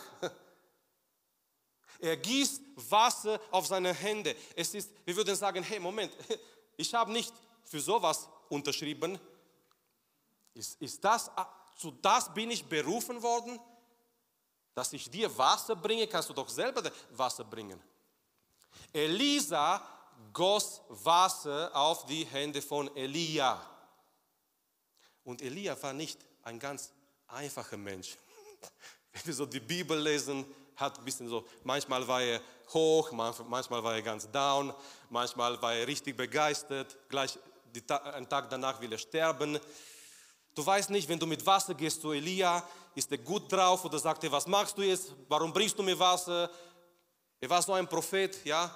[SPEAKER 1] Er gießt Wasser auf seine Hände. Wir würden sagen, hey, Moment, ich habe nicht für sowas unterschrieben. Zu das bin ich berufen worden, dass ich dir Wasser bringe, kannst du doch selber Wasser bringen. Elisa goss Wasser auf die Hände von Elia. Und Elia war nicht ein ganz einfacher Mensch. Wenn wir so die Bibel lesen, hat ein bisschen so, manchmal war er hoch, manchmal war er ganz down, manchmal war er richtig begeistert, gleich einen Tag danach will er sterben. Du weißt nicht, wenn du mit Wasser gehst zu Elia, ist er gut drauf oder sagt er, was machst du jetzt, warum bringst du mir Wasser? Er war so ein Prophet, ja.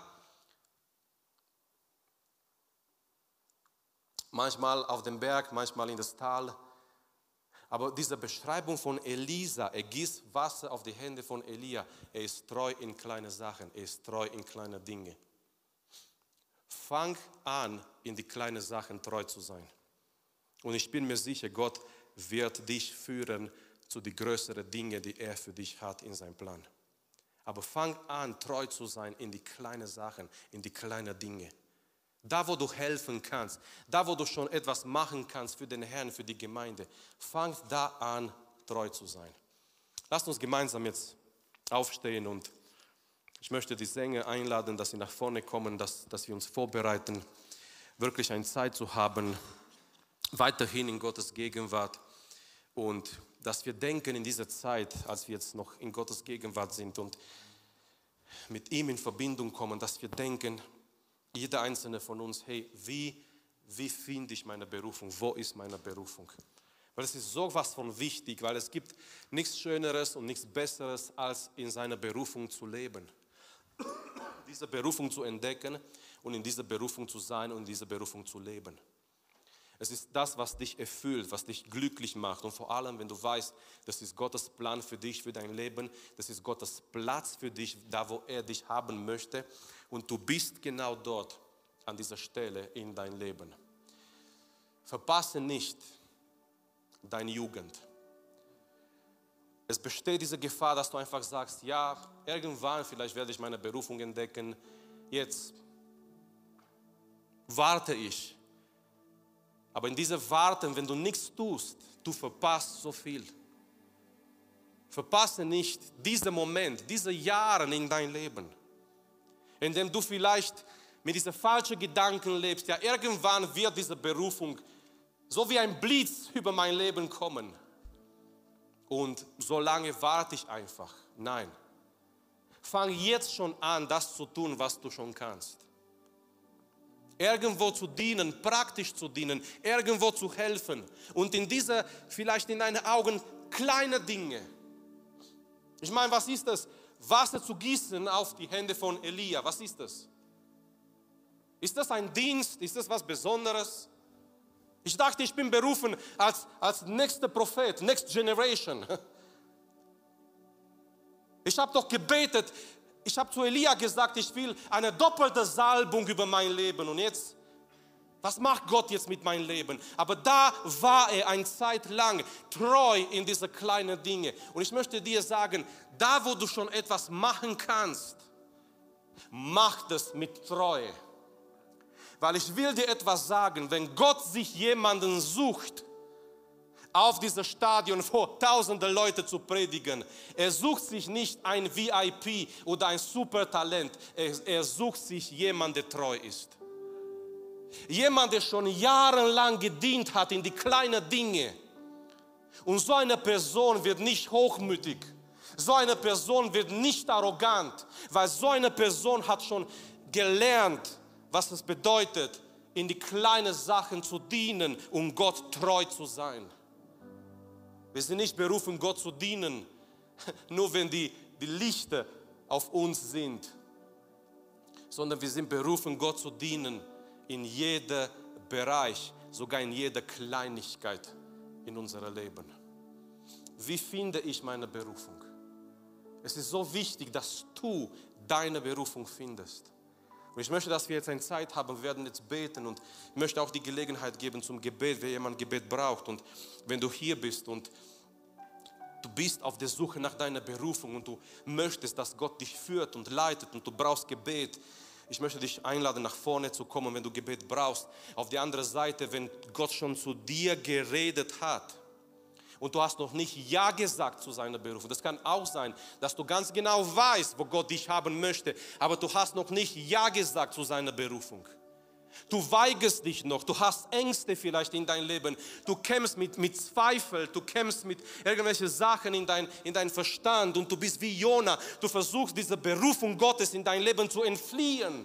[SPEAKER 1] Manchmal auf dem Berg, manchmal in das Tal. Aber diese Beschreibung von Elisa, er gießt Wasser auf die Hände von Elia, er ist treu in kleine Sachen, er ist treu in kleine Dinge. Fang an, in die kleinen Sachen treu zu sein. Und ich bin mir sicher, Gott wird dich führen zu den größeren Dingen, die er für dich hat in seinem Plan. Aber fang an, treu zu sein in die kleinen Sachen, in die kleinen Dinge. Da, wo du helfen kannst, da, wo du schon etwas machen kannst für den Herrn, für die Gemeinde, fang da an, treu zu sein. Lasst uns gemeinsam jetzt aufstehen und ich möchte die Sänger einladen, dass sie nach vorne kommen, dass wir uns vorbereiten, wirklich eine Zeit zu haben, weiterhin in Gottes Gegenwart und dass wir denken in dieser Zeit, als wir jetzt noch in Gottes Gegenwart sind und mit ihm in Verbindung kommen, dass wir denken, jeder einzelne von uns, hey, wie finde ich meine Berufung? Wo ist meine Berufung? Weil es ist sowas von wichtig, weil es gibt nichts Schöneres und nichts Besseres, als in seiner Berufung zu leben. Diese Berufung zu entdecken und in dieser Berufung zu sein und in dieser Berufung zu leben. Es ist das, was dich erfüllt, was dich glücklich macht und vor allem, wenn du weißt, das ist Gottes Plan für dich, für dein Leben, das ist Gottes Platz für dich, da wo er dich haben möchte und du bist genau dort an dieser Stelle in dein Leben. Verpasse nicht deine Jugend. Es besteht diese Gefahr, dass du einfach sagst, ja, irgendwann vielleicht werde ich meine Berufung entdecken, jetzt warte ich. Aber in diesem Warten, wenn du nichts tust, du verpasst so viel. Verpasse nicht diesen Moment, diese Jahre in dein Leben, in dem du vielleicht mit diesen falschen Gedanken lebst. Ja, irgendwann wird diese Berufung so wie ein Blitz über mein Leben kommen. Und so lange warte ich einfach. Nein. Fang jetzt schon an, das zu tun, was du schon kannst. Irgendwo zu dienen, praktisch zu dienen, irgendwo zu helfen. Und in diese, vielleicht in deinen Augen, kleine Dinge. Ich meine, was ist das? Wasser zu gießen auf die Hände von Elia. Was ist das? Ist das ein Dienst? Ist das was Besonderes? Ich dachte, ich bin berufen als nächster Prophet, Next Generation. Ich habe doch gebetet, ich habe zu Elia gesagt, ich will eine doppelte Salbung über mein Leben. Und jetzt, was macht Gott jetzt mit meinem Leben? Aber da war er eine Zeit lang treu in diese kleinen Dinge. Und ich möchte dir sagen, da wo du schon etwas machen kannst, mach das mit Treue. Weil ich will dir etwas sagen, wenn Gott sich jemanden sucht, auf diesem Stadion vor tausende Leute zu predigen, er sucht sich nicht ein VIP oder ein Supertalent, er sucht sich jemanden, der treu ist. Jemand, der schon jahrelang gedient hat in die kleinen Dinge. Und so eine Person wird nicht hochmütig, so eine Person wird nicht arrogant, weil so eine Person hat schon gelernt, was es bedeutet, in die kleinen Sachen zu dienen, um Gott treu zu sein. Wir sind nicht berufen, Gott zu dienen, nur wenn die Lichter auf uns sind, sondern wir sind berufen, Gott zu dienen in jedem Bereich, sogar in jeder Kleinigkeit in unserem Leben. Wie finde ich meine Berufung? Es ist so wichtig, dass du deine Berufung findest. Und ich möchte, dass wir jetzt eine Zeit haben, wir werden jetzt beten und ich möchte auch die Gelegenheit geben zum Gebet, wenn jemand Gebet braucht. Und wenn du hier bist und du bist auf der Suche nach deiner Berufung und du möchtest, dass Gott dich führt und leitet und du brauchst Gebet, ich möchte dich einladen, nach vorne zu kommen, wenn du Gebet brauchst. Auf der anderen Seite, wenn Gott schon zu dir geredet hat und du hast noch nicht Ja gesagt zu seiner Berufung. Das kann auch sein, dass du ganz genau weißt, wo Gott dich haben möchte, aber du hast noch nicht Ja gesagt zu seiner Berufung. Du weigerst dich noch, du hast Ängste vielleicht in dein Leben, du kämpfst mit Zweifel, du kämpfst mit irgendwelchen Sachen in dein Verstand und du bist wie Jona, du versuchst diese Berufung Gottes in dein Leben zu entfliehen.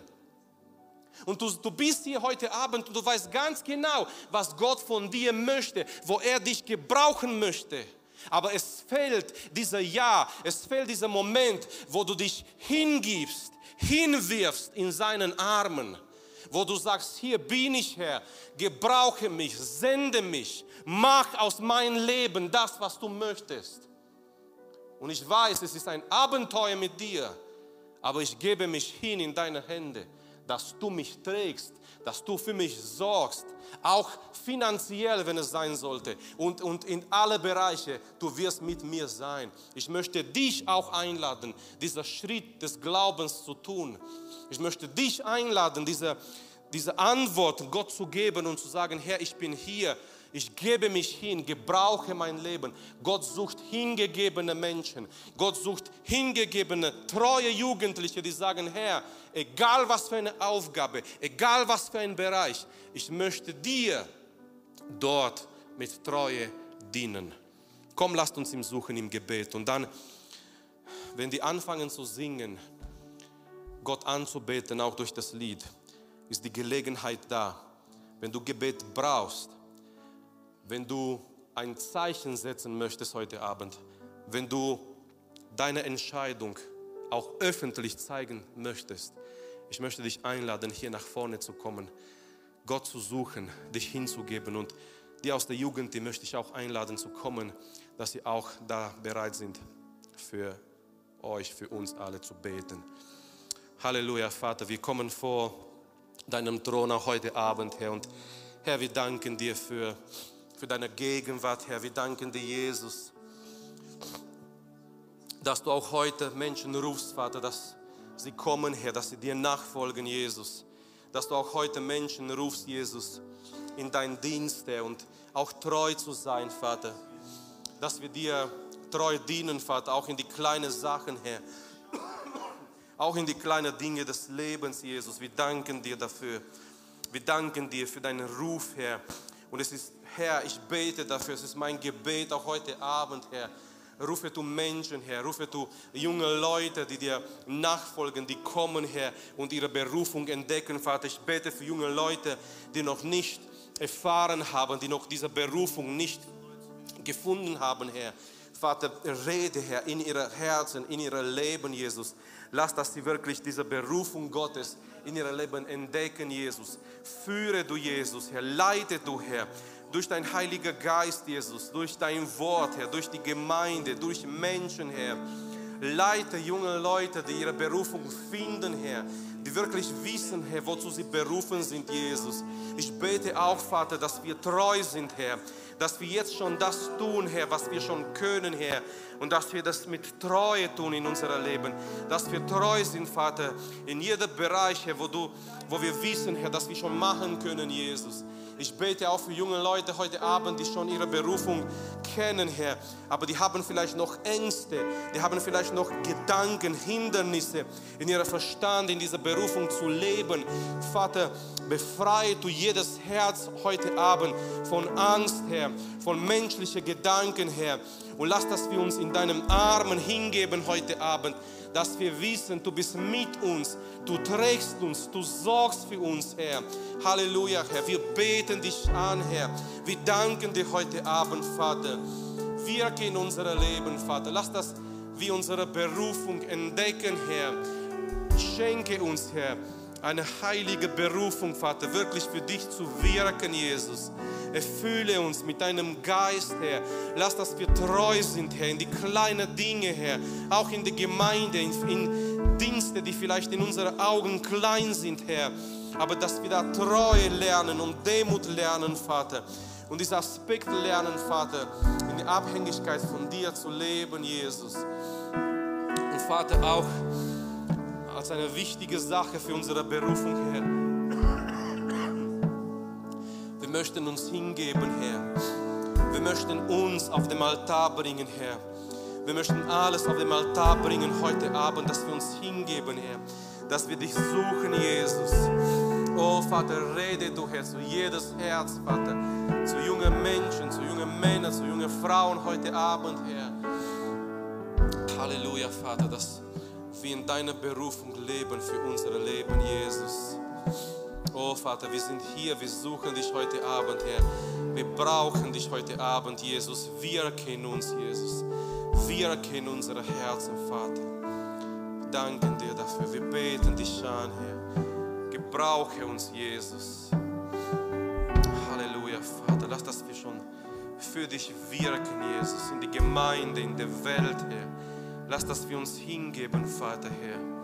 [SPEAKER 1] Und du bist hier heute Abend und du weißt ganz genau, was Gott von dir möchte, wo er dich gebrauchen möchte. Aber es fehlt dieser Ja, es fehlt dieser Moment, wo du dich hingibst, hinwirfst in seinen Armen. Wo du sagst, hier bin ich, Herr, gebrauche mich, sende mich, mach aus meinem Leben das, was du möchtest. Und ich weiß, es ist ein Abenteuer mit dir, aber ich gebe mich hin in deine Hände. dass du mich trägst, dass du für mich sorgst, auch finanziell, wenn es sein sollte und in alle Bereiche, du wirst mit mir sein. Ich möchte dich auch einladen, diesen Schritt des Glaubens zu tun. Ich möchte dich einladen, diese Antwort Gott zu geben und zu sagen, Herr, ich bin hier. Ich gebe mich hin, gebrauche mein Leben. Gott sucht hingegebene Menschen. Gott sucht hingegebene, treue Jugendliche, die sagen, Herr, egal was für eine Aufgabe, egal was für ein Bereich, ich möchte dir dort mit Treue dienen. Komm, lasst uns ihm suchen im Gebet. Und dann, wenn die anfangen zu singen, Gott anzubeten, auch durch das Lied, ist die Gelegenheit da. Wenn du Gebet brauchst, wenn du ein Zeichen setzen möchtest heute Abend, wenn du deine Entscheidung auch öffentlich zeigen möchtest, ich möchte dich einladen, hier nach vorne zu kommen, Gott zu suchen, dich hinzugeben. Und die aus der Jugend, die möchte ich auch einladen zu kommen, dass sie auch da bereit sind, für euch, für uns alle zu beten. Halleluja, Vater, wir kommen vor deinem Thron auch heute Abend, Herr. Und Herr, wir danken dir für deine Gegenwart, Herr. Wir danken dir, Jesus, dass du auch heute Menschen rufst, Vater, dass sie kommen, Herr, dass sie dir nachfolgen, Jesus. Dass du auch heute Menschen rufst, Jesus, in deinen Dienst, Herr, und auch treu zu sein, Vater. Dass wir dir treu dienen, Vater, auch in die kleinen Sachen, Herr. Auch in die kleinen Dinge des Lebens, Jesus. Wir danken dir dafür. Wir danken dir für deinen Ruf, Herr. Und es ist, Herr, ich bete dafür, es ist mein Gebet auch heute Abend, Herr. Rufe du Menschen, Herr, rufe du junge Leute, die dir nachfolgen, die kommen, Herr, und ihre Berufung entdecken, Vater. Ich bete für junge Leute, die noch nicht erfahren haben, die noch diese Berufung nicht gefunden haben, Herr. Vater, rede, Herr, in ihre Herzen, in ihr Leben, Jesus. Lass, dass sie wirklich diese Berufung Gottes in ihr Leben entdecken, Jesus. Führe du, Jesus, Herr, leite du, Herr, durch dein Heiliger Geist, Jesus, durch dein Wort, Herr, durch die Gemeinde, durch Menschen, Herr. Leite junge Leute, die ihre Berufung finden, Herr, die wirklich wissen, Herr, wozu sie berufen sind, Jesus. Ich bete auch, Vater, dass wir treu sind, Herr, dass wir jetzt schon das tun, Herr, was wir schon können, Herr, und dass wir das mit Treue tun in unserem Leben, dass wir treu sind, Vater, in jedem Bereich, Herr, wo wir wissen, Herr, dass wir schon machen können, Jesus. Ich bete auch für junge Leute heute Abend, die schon ihre Berufung kennen, Herr, aber die haben vielleicht noch Ängste, die haben vielleicht noch Gedanken, Hindernisse in ihrem Verstand, in dieser Berufung zu leben. Vater, befreie du jedes Herz heute Abend von Angst, Herr, von menschlichen Gedanken, Herr, und lass, dass wir uns in deinen Armen hingeben heute Abend, dass wir wissen, du bist mit uns, du trägst uns, du sorgst für uns, Herr. Halleluja, Herr. Wir beten dich an, Herr. Wir danken dir heute Abend, Vater. Wirke in unser Leben, Vater. Lass, dass wir unsere Berufung entdecken, Herr. Schenke uns, Herr, eine heilige Berufung, Vater, wirklich für dich zu wirken, Jesus. Erfülle uns mit deinem Geist, Herr. Lass, dass wir treu sind, Herr, in die kleinen Dinge, Herr. Auch in der Gemeinde, in Dienste, die vielleicht in unseren Augen klein sind, Herr. Aber dass wir da Treue lernen und Demut lernen, Vater. Und diesen Aspekt lernen, Vater, in der Abhängigkeit von dir zu leben, Jesus. Und Vater, auch als eine wichtige Sache für unsere Berufung, Herr. Wir möchten uns hingeben, Herr. Wir möchten uns auf den Altar bringen, Herr. Wir möchten alles auf den Altar bringen heute Abend, dass wir uns hingeben, Herr. Dass wir dich suchen, Jesus. Oh Vater, rede du, Herr, zu jedes Herz, Vater. Zu jungen Menschen, zu jungen Männern, zu jungen Frauen heute Abend, Herr. Halleluja, Vater, dass wir in deiner Berufung leben für unser Leben, Jesus. Oh Vater, wir sind hier, wir suchen dich heute Abend, Herr. Wir brauchen dich heute Abend, Jesus. Wirke in uns, Jesus. Wirke in unsere Herzen, Vater. Wir danken dir dafür, wir beten dich an, Herr. Gebrauche uns, Jesus. Halleluja, Vater. Lass, dass wir schon für dich wirken, Jesus, in die Gemeinde, in der Welt, Herr. Lass, dass wir uns hingeben, Vater, Herr.